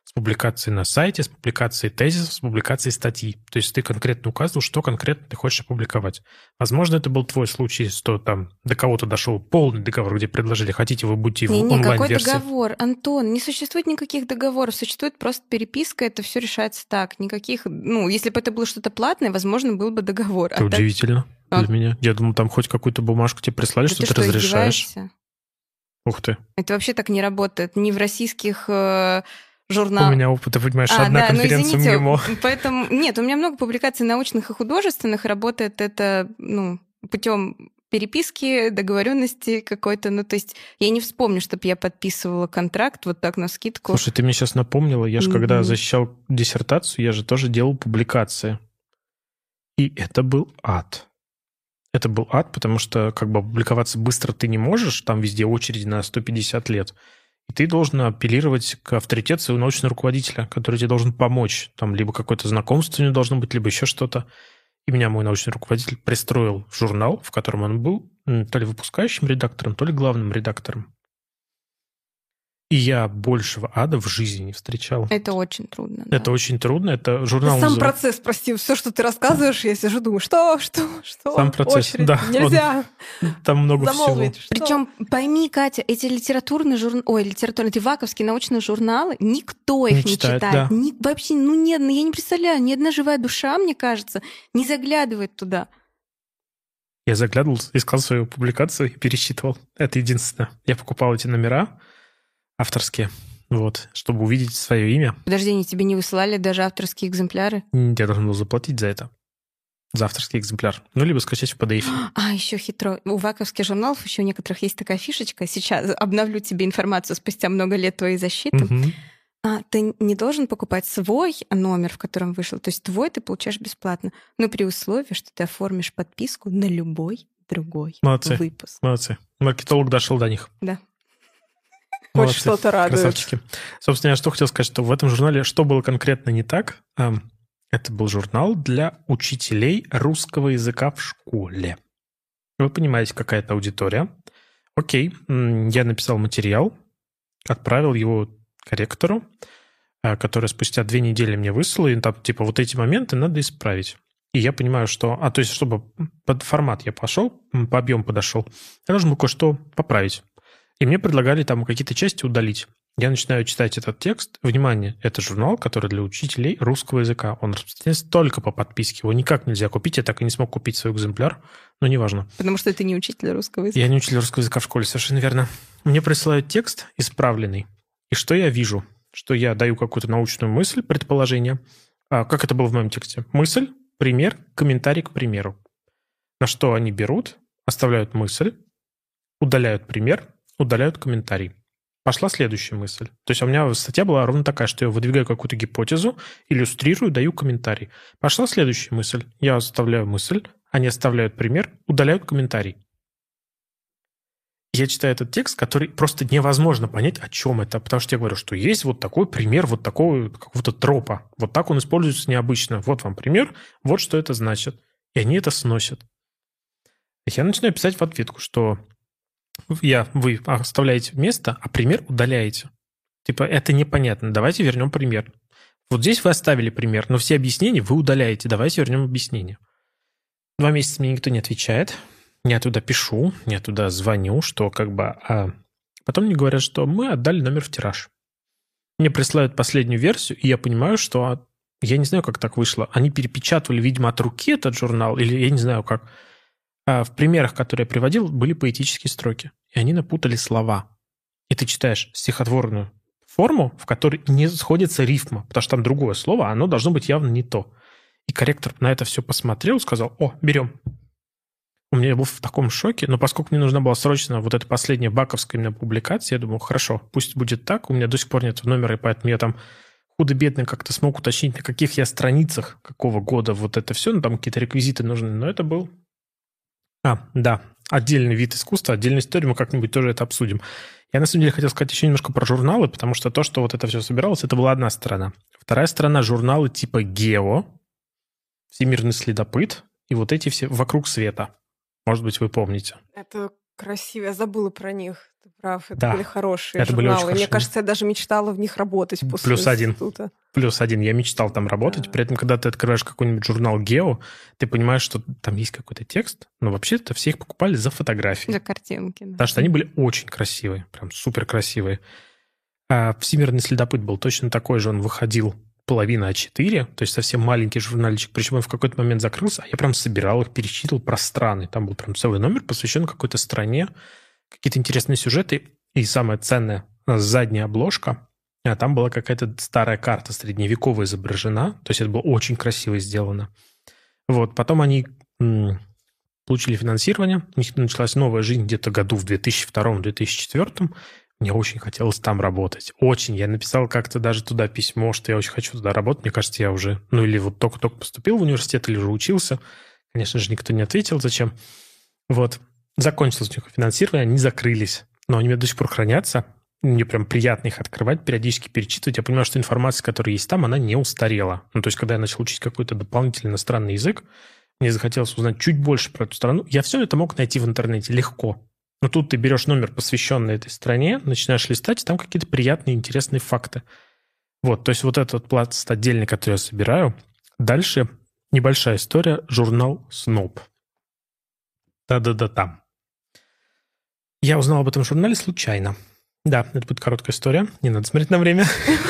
С публикацией на сайте, с публикацией тезисов, с публикацией статьи. То есть ты конкретно указывал, что конкретно ты хочешь опубликовать. Возможно, это был твой случай, что там до кого-то дошел полный договор, где предложили, хотите, вы будете в Не-не, онлайн-версии. какой договор? Антон, не существует никаких договоров, существует просто переписка, это все решается так. Никаких, ну, если бы это было что-то платное, возможно, был бы договор. Это а удивительно так... для а? меня. Я думал, там хоть какую-то бумажку тебе прислали, да что ты, ты что, разрешаешь. Издеваешься? Ух ты. Это вообще так не работает. Ни в российских... Э... журнал. У меня опыт, ты понимаешь, а, одна да, конференция ну, извините, МГИМО. Поэтому нет, у меня много публикаций научных и художественных, работает это, ну, путем переписки, договоренности какой-то. Ну, то есть я не вспомню, чтобы я подписывала контракт вот так навскидку. Слушай, ты мне сейчас напомнила, я же mm-hmm. когда защищал диссертацию, я же тоже делал публикации. И это был ад. Это был ад, потому что как бы публиковаться быстро ты не можешь, там везде очереди на сто пятьдесят лет. И ты должен апеллировать к авторитету своего научного руководителя, который тебе должен помочь. Там либо какое-то знакомство у него должно быть, либо еще что-то. И меня мой научный руководитель пристроил в журнал, в котором он был то ли выпускающим редактором, то ли главным редактором. И я большего ада в жизни не встречал. Это очень трудно. Да. Это очень трудно. Это журнал... Сам называет... процесс, прости, все, что ты рассказываешь, я сижу, думаю, что, что, что? Сам процесс, очередь, да. нельзя. Он... Там много замолвить, всего. Что? Причем, пойми, Катя, эти литературные журналы, ой, литературные, эти ваковские научные журналы, никто их не, не читает. читает. Да. Ни... Вообще, ну нет, я не представляю, ни одна живая душа, мне кажется, не заглядывает туда. Я заглядывал, искал свою публикацию и пересчитывал. Это единственное. Я покупал эти номера авторские. Вот, чтобы увидеть свое имя. Подожди, они тебе не высылали даже авторские экземпляры? Я должен был заплатить за это. За авторский экземпляр. Ну, либо скачать в пи ди эф. А, еще хитро. У ваковских журналов еще у некоторых есть такая фишечка. Сейчас обновлю тебе информацию спустя много лет твоей защиты. Угу. А, ты не должен покупать свой номер, в котором вышел. То есть твой ты получаешь бесплатно. Но при условии, что ты оформишь подписку на любой другой Молодцы. выпуск. Молодцы. Маркетолог дошел до них. Да. Хоть что-то радует. Красавчики. Собственно, я что хотел сказать, что в этом журнале что было конкретно не так? Это был журнал для учителей русского языка в школе. Вы понимаете, какая это аудитория. Окей, я написал материал, отправил его корректору, который спустя две недели мне выслал, и там типа вот эти моменты надо исправить. И я понимаю, что... А, то есть, чтобы под формат я пошел, по объему подошел, я должен был кое-что поправить. И мне предлагали там какие-то части удалить. Я начинаю читать этот текст. Внимание, это журнал, который для учителей русского языка. Он распространяется только по подписке. Его никак нельзя купить. Я так и не смог купить свой экземпляр, но неважно. Потому что ты не учитель русского языка. Я не учитель русского языка в школе, совершенно верно. Мне присылают текст исправленный. И что я вижу? Что я даю какую-то научную мысль, предположение. А, как это было в моем тексте? Мысль, пример, комментарий к примеру. На что они берут, оставляют мысль, удаляют пример, удаляют комментарий. Пошла следующая мысль. То есть у меня статья была ровно такая, что я выдвигаю какую-то гипотезу, иллюстрирую, даю комментарий. Пошла следующая мысль. Я оставляю мысль, они оставляют пример, удаляют комментарий. Я читаю этот текст, который просто невозможно понять, о чем это, потому что я говорю, что есть вот такой пример вот такого какого-то тропа. Вот так он используется необычно. Вот вам пример, вот что это значит. И они это сносят. Я начинаю писать в ответку, что я, вы оставляете место, а пример удаляете. Типа, это непонятно. Давайте вернем пример. Вот здесь вы оставили пример, но все объяснения вы удаляете. Давайте вернем объяснение. Два месяца мне никто не отвечает. Я туда пишу, я туда звоню, что как бы... А потом мне говорят, что мы отдали номер в тираж. Мне присылают последнюю версию, и я понимаю, что... Я не знаю, как так вышло. Они перепечатывали, видимо, от руки этот журнал, или я не знаю, как... В примерах, которые я приводил, были поэтические строки. И они напутали слова. И ты читаешь стихотворную форму, в которой не сходится рифма, потому что там другое слово, а оно должно быть явно не то. И корректор на это все посмотрел, сказал: о, берем. У меня был в таком шоке, но поскольку мне нужна была срочно вот эта последняя баковская именно публикация, я думал, хорошо, пусть будет так. У меня до сих пор нет номера, и поэтому я там худо-бедно как-то смог уточнить, на каких я страницах, какого года вот это все, ну там какие-то реквизиты нужны, но это был... А, да, отдельный вид искусства, отдельная история, мы как-нибудь тоже это обсудим. Я, на самом деле, хотел сказать еще немножко про журналы, потому что то, что вот это все собиралось, это была одна сторона. Вторая сторона — журналы типа «Гео», «Всемирный следопыт» и вот эти все «Вокруг света». Может быть, вы помните. Это красивые. Я забыла про них. Ты прав, это Да, были хорошие это были очень журналы. Мне хорошие. кажется, я даже мечтала в них работать после Плюс один. института. Плюс один. Я мечтал там работать. Да. При этом, когда ты открываешь какой-нибудь журнал Гео, ты понимаешь, что там есть какой-то текст, но вообще-то все их покупали за фотографии. За картинки. Да. Потому что они были очень красивые, прям супер красивые. А «Всемирный следопыт» был точно такой же. Он выходил половина а четыре, то есть совсем маленький журнальчик. Причем он в какой-то момент закрылся, а я прям собирал их, перечитывал про страны. Там был прям целый номер, посвящен какой-то стране, какие-то интересные сюжеты. И самое ценное, у нас задняя обложка, а там была какая-то старая карта средневековая изображена. То есть это было очень красиво сделано. Вот, потом они м, получили финансирование. У них началась новая жизнь где-то году в две тысячи втором - две тысячи четвёртом. Мне очень хотелось там работать. Очень. Я написал как-то даже туда письмо, что я очень хочу туда работать. Мне кажется, я уже, ну или вот только-только поступил в университет, или уже учился. Конечно же, никто не ответил, зачем. Вот. Закончилось у них финансирование, они закрылись. Но они у меня до сих пор хранятся. Мне прям приятно их открывать, периодически перечитывать. Я понимаю, что информация, которая есть там, она не устарела. Ну, то есть, когда я начал учить какой-то дополнительный иностранный язык, мне захотелось узнать чуть больше про эту страну. Я все это мог найти в интернете легко. Но тут ты берешь номер, посвященный этой стране, начинаешь листать, и там какие-то приятные, интересные факты. Вот, то есть вот этот пласт отдельный, который я собираю. Дальше небольшая история. Журнал «Сноб». Да-да-да, там. Я узнал об этом журнале случайно. Да, это будет короткая история. Не надо смотреть на время.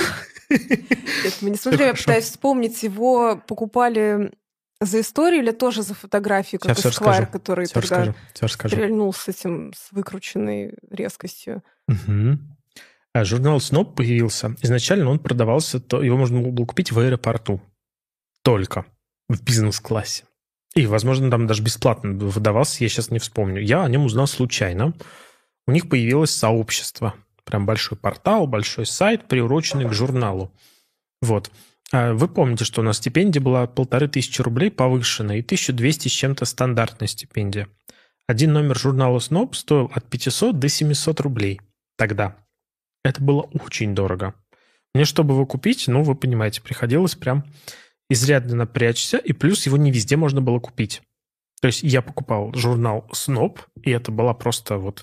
Это мы не смотрели, я пытаюсь вспомнить, его покупали за историю или тоже за фотографию, как Эсквайр, который Все тогда расскажу. стрельнул с этим, с выкрученной резкостью. Угу. А журнал «Сноб» появился. Изначально он продавался, то его можно было купить в аэропорту. Только в бизнес-классе. И, возможно, там даже бесплатно выдавался, я сейчас не вспомню. Я о нем узнал случайно. У них появилось сообщество. Прям большой портал, большой сайт, приуроченный к журналу. Вот. Вы помните, что у нас стипендия была полторы тысячи рублей повышенная и тысяча двести с чем-то стандартная стипендия. Один номер журнала «Сноб» стоил от пятисот до семисот рублей тогда. Это было очень дорого. Мне, чтобы его купить, ну, вы понимаете, приходилось прям изрядно напрячься, и плюс его не везде можно было купить. То есть я покупал журнал «Сноб», и это была просто вот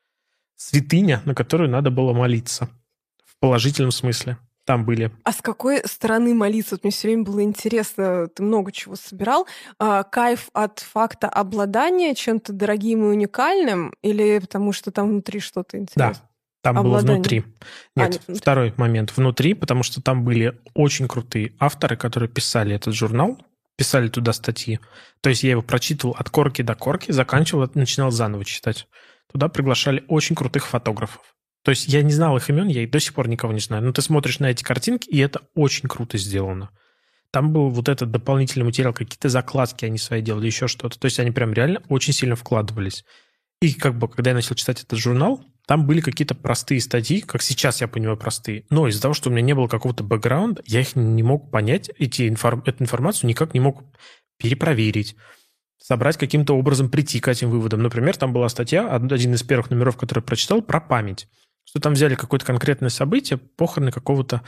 святыня, на которую надо было молиться. В положительном смысле. Там были. А с какой стороны молиться? Вот мне все время было интересно, ты много чего собирал. А, кайф от факта обладания чем-то дорогим и уникальным, или потому что там внутри что-то интересное? Да, там обладание. Было внутри. Нет, а, нет, второй внутри. момент. Внутри, потому что там были очень крутые авторы, которые писали этот журнал, писали туда статьи. То есть я его прочитывал от корки до корки, заканчивал, начинал заново читать. Туда приглашали очень крутых фотографов. То есть я не знал их имен, я и до сих пор никого не знаю. Но ты смотришь на эти картинки, и это очень круто сделано. Там был вот этот дополнительный материал, какие-то закладки они свои делали, еще что-то. То есть они прям реально очень сильно вкладывались. И как бы, когда я начал читать этот журнал, там были какие-то простые статьи, как сейчас я понимаю, простые. Но из-за того, что у меня не было какого-то бэкграунда, я их не мог понять, эти информ... эту информацию никак не мог перепроверить, собрать каким-то образом, прийти к этим выводам. Например, там была статья, один из первых номеров, который я прочитал, про память. Что там взяли какое-то конкретное событие, похороны какого-то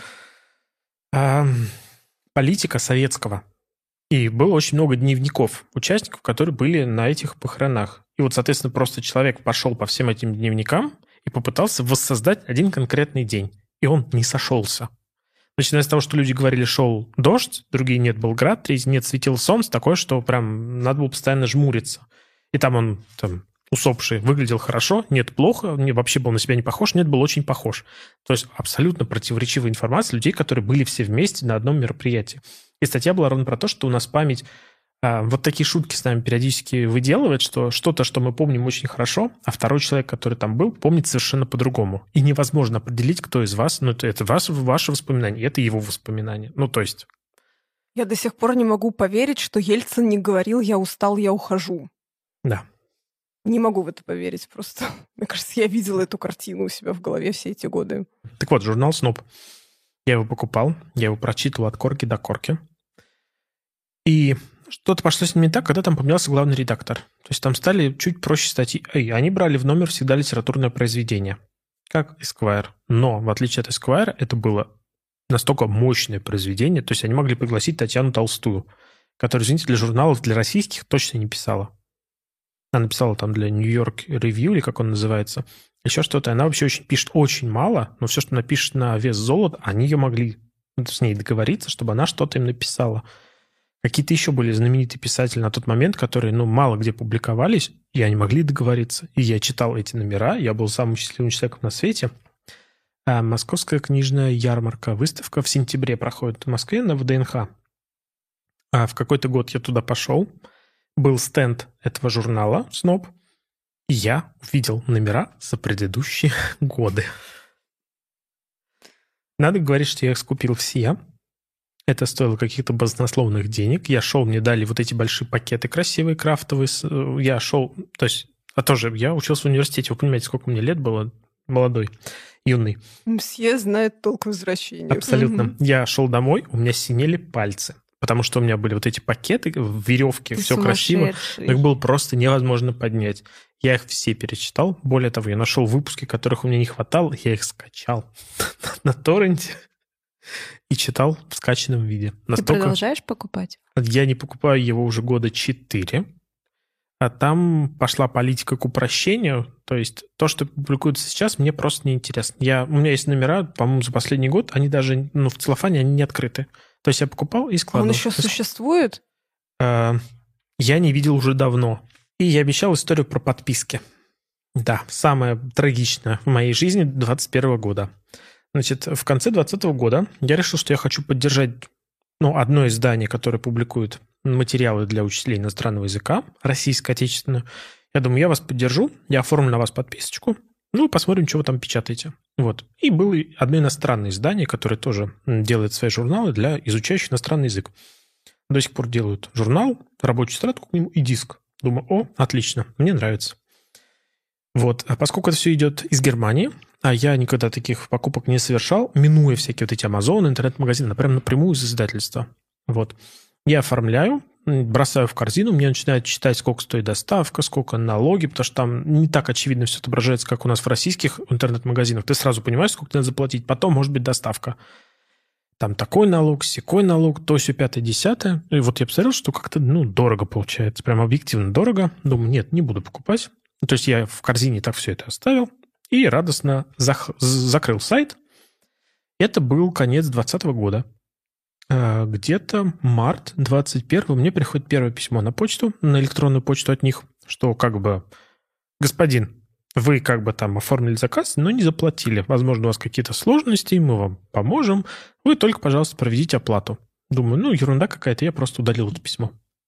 э, политика советского. И было очень много дневников участников, которые были на этих похоронах. И вот, соответственно, просто человек пошел по всем этим дневникам и попытался воссоздать один конкретный день. И он не сошелся. Начиная с того, что люди говорили, шел дождь, другие нет, был град, третий нет, светило солнце, такое, что прям надо было постоянно жмуриться. И там он, там, усопший, выглядел хорошо, нет, плохо, не, вообще был на себя не похож, нет, был очень похож. То есть абсолютно противоречивая информация людей, которые были все вместе на одном мероприятии. И статья была ровно про то, что у нас память а, вот такие шутки с нами периодически выделывает, что что-то, что мы помним очень хорошо, а второй человек, который там был, помнит совершенно по-другому. И невозможно определить, кто из вас, ну, это, это ваше, ваше воспоминание, это его воспоминание. Ну, то есть... Я до сих пор не могу поверить, что Ельцин не говорил «я устал, я ухожу». Да. Не могу в это поверить просто. Мне кажется, я видела эту картину у себя в голове все эти годы. Так вот, журнал «Сноб». Я его покупал, я его прочитывал от корки до корки. И что-то пошло с ним не так, когда там поменялся главный редактор. То есть там стали чуть проще статьи. И они брали в номер всегда литературное произведение, как Esquire. Но, в отличие от Esquire, это было настолько мощное произведение, то есть они могли пригласить Татьяну Толстую, которая, извините, для журналов, для российских точно не писала. Она написала там для New York Review, или как он называется, еще что-то. Она вообще очень пишет очень мало, но все, что она пишет на вес золота, они ее могли с ней договориться, чтобы она что-то им написала. Какие-то еще были знаменитые писатели на тот момент, которые, ну, мало где публиковались, и они могли договориться. И я читал эти номера, я был самым счастливым человеком на свете. А Московская книжная ярмарка, выставка в сентябре проходит в Москве на ВДНХ. А в какой-то год я туда пошел, был стенд этого журнала «Сноб», и я увидел номера за предыдущие годы. Надо говорить, что я их скупил все. Это стоило каких-то баснословных денег. Я шел, мне дали вот эти большие пакеты красивые, крафтовые. Я шел, то есть, а тоже я учился в университете. Вы понимаете, сколько мне лет было? Молодой, юный. Мсье знает толк в возвращении. Абсолютно. Мгм. Я шел домой, у меня синели пальцы. Потому что у меня были вот эти пакеты в веревке, Ты все красиво. сумасшедший. Но их было просто невозможно поднять. Я их все перечитал. Более того, я нашел выпуски, которых у меня не хватало. Я их скачал на торренте и читал в скачанном виде. Ты Настолько... продолжаешь покупать? Я не покупаю его уже года четыре. А там пошла политика к упрощению. То есть то, что публикуется сейчас, мне просто неинтересно. Я, у меня есть номера, по-моему, за последний год, они даже, ну, в целлофане, они не открыты. То есть я покупал и Он складывал. еще существует? Э, Я не видел уже давно. И я обещал историю про подписки. Да, самое трагичное в моей жизни двадцать первого года. Значит, в конце двадцатого года я решил, что я хочу поддержать, ну, одно издание, которое публикует материалы для учителей иностранного языка, российское, отечественное. Я думаю, я вас поддержу, я оформлю на вас подписочку, ну, посмотрим, что вы там печатаете. Вот. И было одно иностранное издание, которое тоже делает свои журналы для изучающих иностранный язык. До сих пор делают журнал, рабочую тетрадку к нему и диск. Думаю, о, отлично, мне нравится. Вот. А поскольку это все идет из Германии, а я никогда таких покупок не совершал, минуя всякие вот эти Амазоны, интернет-магазины, например, напрямую из издательства. Вот. Я оформляю, бросаю в корзину, мне начинают читать, сколько стоит доставка, сколько налоги, потому что там не так очевидно все отображается, как у нас в российских интернет-магазинах. Ты сразу понимаешь, сколько тебе надо заплатить, потом может быть доставка. Там такой налог, сякой налог, то все пятое, десятое. И вот я посмотрел, что как-то, ну, дорого получается, прям объективно дорого. Думаю, нет, не буду покупать. То есть я в корзине так все это оставил и радостно зах- закрыл сайт. Это был конец двадцатого года. Где-то март двадцать первого мне приходит первое письмо на почту, на электронную почту от них, что как бы, господин, вы как бы там оформили заказ, но не заплатили. Возможно, у вас какие-то сложности, мы вам поможем. Вы только, пожалуйста, проведите оплату. Думаю, ну, ерунда какая-то, я просто удалил это письмо.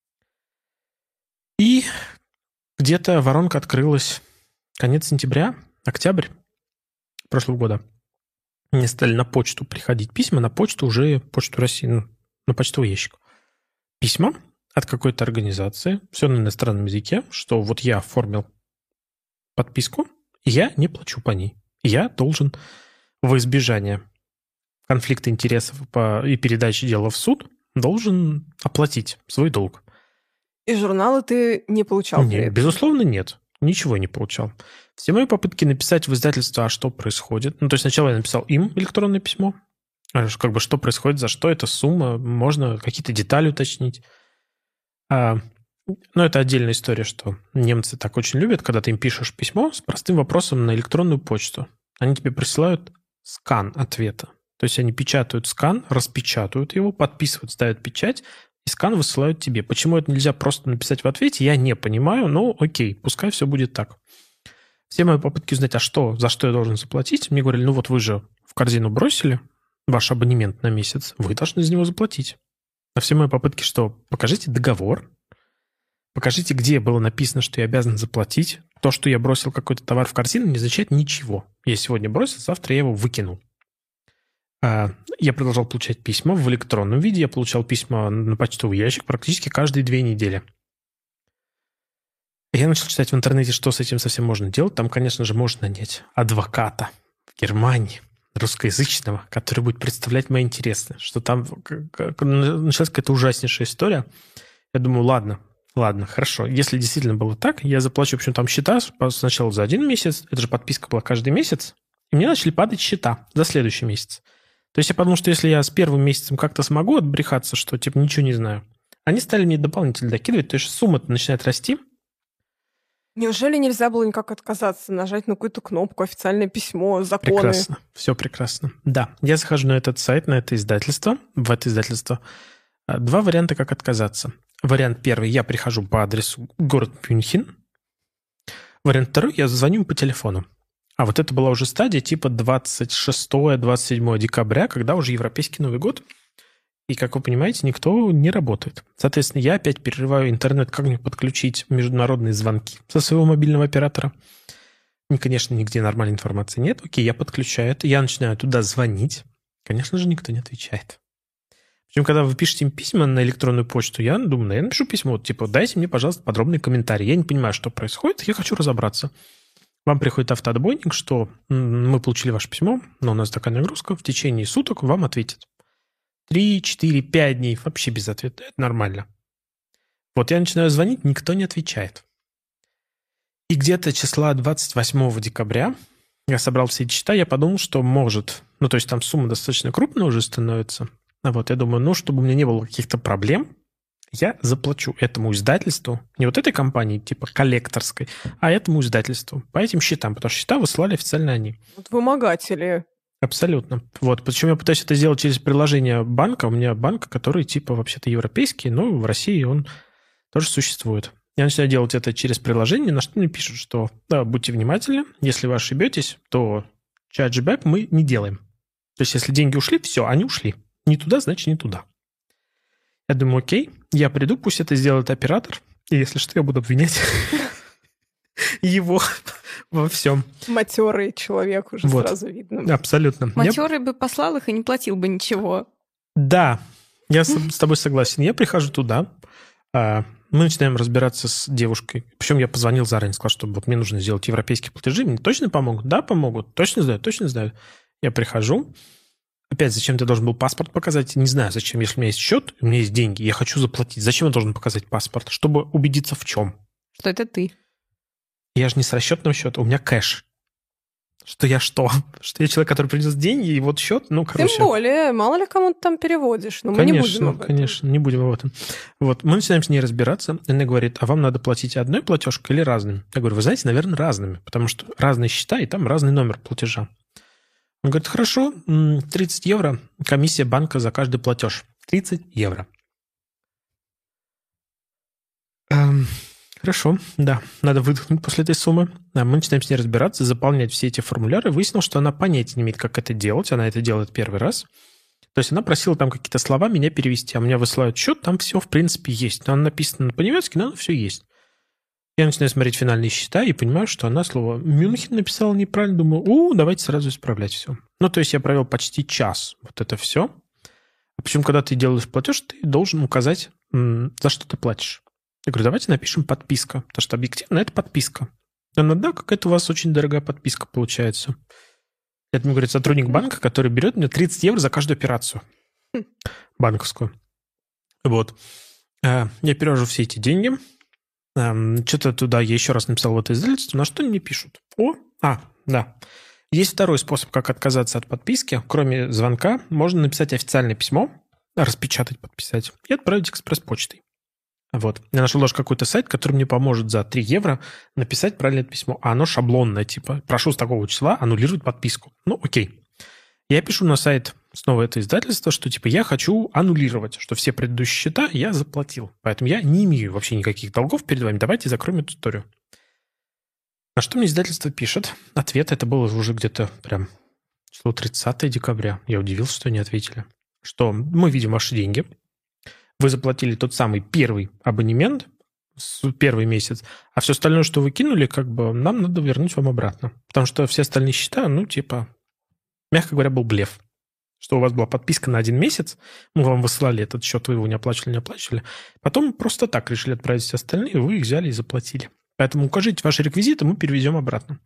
И где-то воронка открылась конец сентября, октябрь прошлого года. Мне стали на почту приходить письма, на почту уже, почту России, ну, на почтовый ящик. Письма от какой-то организации, все на иностранном языке, что вот я оформил подписку, и я не плачу по ней. Я должен во избежание конфликта интересов по, и передачи дела в суд должен оплатить свой долг. И журналы ты не получал? Нет, при этом? безусловно, нет. Ничего не получал. Все мои попытки написать в издательство, а что происходит. Ну, то есть сначала я написал им электронное письмо. Как бы что происходит, за что эта сумма, можно какие-то детали уточнить. А, но это отдельная история, что немцы так очень любят, когда ты им пишешь письмо с простым вопросом на электронную почту. Они тебе присылают скан ответа. То есть они печатают скан, распечатают его, подписывают, ставят печать, и скан высылают тебе. Почему это нельзя просто написать в ответе, я не понимаю, но окей, пускай все будет так. Все мои попытки узнать, а что, за что я должен заплатить, мне говорили, ну вот вы же в корзину бросили ваш абонемент на месяц, вы должны за него заплатить. А все мои попытки, что покажите договор, покажите, где было написано, что я обязан заплатить. То, что я бросил какой-то товар в корзину, не означает ничего. Я сегодня бросил, завтра я его выкинул. Я продолжал получать письма в электронном виде. Я получал письма на почтовый ящик практически каждые две недели. Я начал читать в интернете, что с этим совсем можно делать. Там, конечно же, можно нанять адвоката в Германии, русскоязычного, который будет представлять мои интересы. Что там началась какая-то ужаснейшая история. Я думаю, ладно, ладно, хорошо. Если действительно было так, я заплачу, в общем, там счета сначала за один месяц. Это же подписка была каждый месяц. И мне начали падать счета за следующий месяц. То есть я подумал, что если я с первым месяцем как-то смогу отбрехаться, что типа ничего не знаю, они стали мне дополнительно докидывать, то есть сумма начинает расти. Неужели нельзя было никак отказаться, нажать на какую-то кнопку, официальное письмо, законы? Прекрасно, все прекрасно. Да, я захожу на этот сайт, на это издательство, в это издательство. Два варианта, как отказаться. Вариант первый, я прихожу по адресу город Мюнхен. Вариант второй, я звоню по телефону. А вот это была уже стадия типа двадцать шестого - двадцать седьмого декабря, когда уже европейский Новый год. И, как вы понимаете, никто не работает. Соответственно, я опять перерываю интернет, как мне подключить международные звонки со своего мобильного оператора. И, конечно, нигде нормальной информации нет. Окей, я подключаю это, я начинаю туда звонить. Конечно же, никто не отвечает. Причем, когда вы пишете им письма на электронную почту, я думаю, я напишу письмо, вот, типа, дайте мне, пожалуйста, подробный комментарий. Я не понимаю, что происходит, я хочу разобраться. Вам приходит автоотбойник, что мы получили ваше письмо, но у нас такая нагрузка, в течение суток вам ответят. Три, четыре, пять дней вообще без ответа. Это нормально. Вот я начинаю звонить, никто не отвечает. И где-то числа двадцать восьмого декабря я собрал все эти счета, я подумал, что может... Ну, то есть там сумма достаточно крупная уже становится. А вот я думаю, ну, чтобы у меня не было каких-то проблем, я заплачу этому издательству, не вот этой компании, типа коллекторской, а этому издательству по этим счетам, потому что счета выслали официально они. Вот вымогатели. Абсолютно. Вот. Причем я пытаюсь это сделать через приложение банка. У меня банк, который типа вообще-то европейский, но в России он тоже существует. Я начинаю делать это через приложение, на что мне пишут, что да, будьте внимательны, если вы ошибетесь, то chargeback мы не делаем. То есть если деньги ушли, все, они ушли. Не туда, значит не туда. Я думаю, окей, я приду, пусть это сделает оператор, и если что, я буду обвинять его во всем. Матерый человек уже вот. Сразу видно. Абсолютно. Матерый я... бы послал их и не платил бы ничего. Да, я с, с тобой согласен. Я прихожу туда, мы начинаем разбираться с девушкой. Причем я позвонил заранее, сказал, что вот мне нужно сделать европейские платежи. Мне точно помогут? Да, помогут. Точно знаю, точно знаю. Я прихожу. Опять, зачем ты должен был паспорт показать? Не знаю, зачем. Если у меня есть счет, у меня есть деньги, я хочу заплатить. Зачем я должен показать паспорт? Чтобы убедиться в чем? Что это ты. Я же не с расчетным счетом, у меня кэш. Что я что? Что я человек, который принес деньги, и вот счет, ну, короче. Тем более, мало ли кому ты там переводишь. Но конечно, мы не будем об этом. Конечно, не будем об этом. Вот, мы начинаем с ней разбираться. Она говорит, а вам надо платить одной платежкой или разными? Я говорю, вы знаете, наверное, разными, потому что разные счета, и там разный номер платежа. Он говорит, хорошо, тридцать евро, комиссия банка за каждый платеж. тридцать евро. Эм... Хорошо, да, надо выдохнуть после этой суммы. Мы начинаем с ней разбираться, заполнять все эти формуляры. Выяснилось, что она понятия не имеет, как это делать. Она это делает первый раз. То есть она просила там какие-то слова меня перевести, а меня высылают счет, там все, в принципе, есть. Там написано по-немецки, но все есть. Я начинаю смотреть финальные счета и понимаю, что она слово «Мюнхен» написала неправильно. Думаю, у, давайте сразу исправлять все. Ну, то есть я провел почти час вот это все. А причем, когда ты делаешь платеж, ты должен указать, за что ты платишь. Я говорю, давайте напишем подписка, потому что объективно это подписка. Она, да, какая-то у вас очень дорогая подписка получается. Это мне говорит сотрудник банка, который берет мне тридцать евро за каждую операцию банковскую. Вот. Я перевожу все эти деньги. Что-то туда я еще раз написал в это издательство, на что они мне пишут. О, а, да. Есть второй способ, как отказаться от подписки. Кроме звонка, можно написать официальное письмо, распечатать, подписать и отправить экспресс-почтой. Вот. Я нашел даже какой-то сайт, который мне поможет за три евро написать правильное письмо. А оно шаблонное, типа, прошу с такого числа аннулировать подписку. Ну, окей. Я пишу на сайт, снова это издательство, что, типа, я хочу аннулировать, что все предыдущие счета я заплатил. Поэтому я не имею вообще никаких долгов перед вами. Давайте закроем эту историю. На что мне издательство пишет? Ответ, это было уже где-то прям число тридцатого декабря. Я удивился, что они ответили. Что мы видим ваши деньги. Вы заплатили тот самый первый абонемент, первый месяц, а все остальное, что вы кинули, как бы нам надо вернуть вам обратно. Потому что все остальные счета, ну, типа, мягко говоря, был блеф. Что у вас была подписка на один месяц, мы вам высылали этот счет, вы его не оплачивали, не оплачивали. Потом просто так решили отправить все остальные, вы их взяли и заплатили. Поэтому укажите ваши реквизиты, мы перевезем обратно.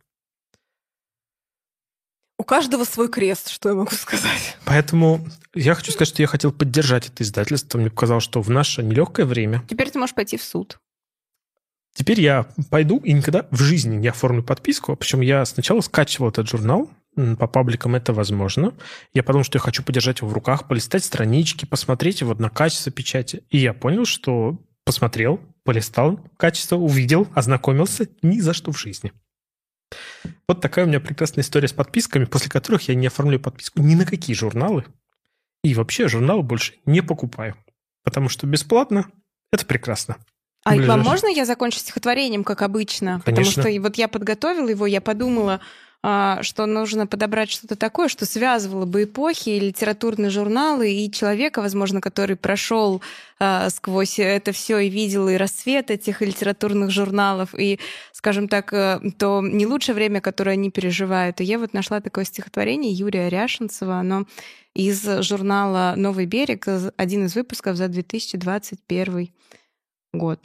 У каждого свой крест, что я могу сказать. Поэтому я хочу сказать, что я хотел поддержать это издательство. Мне показалось, что в наше нелегкое время... Теперь ты можешь пойти в суд. Теперь я пойду и никогда в жизни не оформлю подписку. Причем я сначала скачивал этот журнал. По пабликам это возможно. Я подумал, что я хочу подержать его в руках, полистать странички, посмотреть его на качество печати. И я понял, что посмотрел, полистал, качество увидел, ознакомился, ни за что в жизни. Вот такая у меня прекрасная история с подписками, после которых я не оформляю подписку ни на какие журналы. И вообще журналы больше не покупаю. Потому что бесплатно – это прекрасно. А Ближайший. вам можно я закончу стихотворением, как обычно? Конечно. Потому что вот я подготовила его, я подумала, что нужно подобрать что-то такое, что связывало бы эпохи, и литературные журналы, и человека, возможно, который прошел сквозь это все и видел и рассвет этих литературных журналов, и, скажем так, то не лучшее время, которое они переживают. И я вот нашла такое стихотворение Юрия Ряшенцева, оно из журнала «Новый берег», один из выпусков за две тысячи двадцать первый год.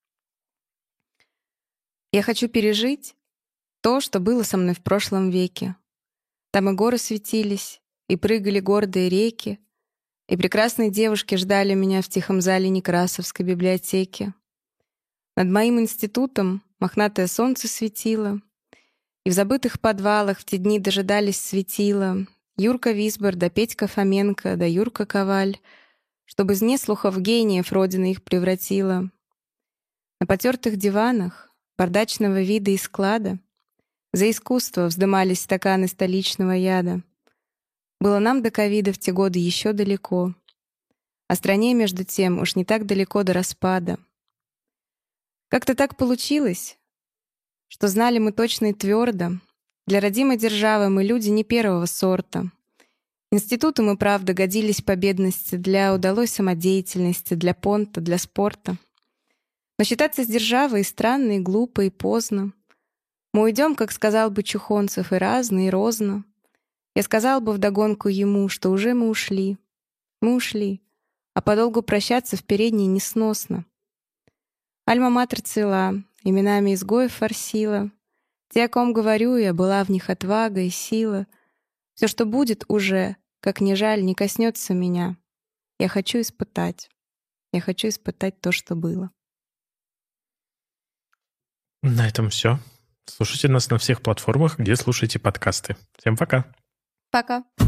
Я хочу пережить то, что было со мной в прошлом веке. Там и горы светились, и прыгали гордые реки, и прекрасные девушки ждали меня в тихом зале Некрасовской библиотеки. Над моим институтом мохнатое солнце светило, и в забытых подвалах в те дни дожидались светила Юрка Висбор да Петька Фоменко да Юрка Коваль, чтобы из неслухов гениев родина их превратила. На потертых диванах бардачного вида и склада за искусство вздымались стаканы столичного яда. Было нам до ковида в те годы еще далеко, а стране, между тем, уж не так далеко до распада. Как-то так получилось, что знали мы точно и твердо, для родимой державы мы люди не первого сорта. Институту мы, правда, годились по бедности для удалой самодеятельности, для понта, для спорта. Но считаться с державой и странно, и глупо, и поздно. Мы уйдем, как сказал бы Чухонцев, и разно, и розно. Я сказал бы вдогонку ему, что уже мы ушли. Мы ушли, а подолгу прощаться в передней несносно. Альма-матер цела, именами изгоев форсила. Те, о ком говорю я, была в них отвага и сила. Все, что будет уже, как ни жаль, не коснется меня. Я хочу испытать. Я хочу испытать то, что было. На этом все. Слушайте нас на всех платформах, где слушаете подкасты. Всем пока. Пока.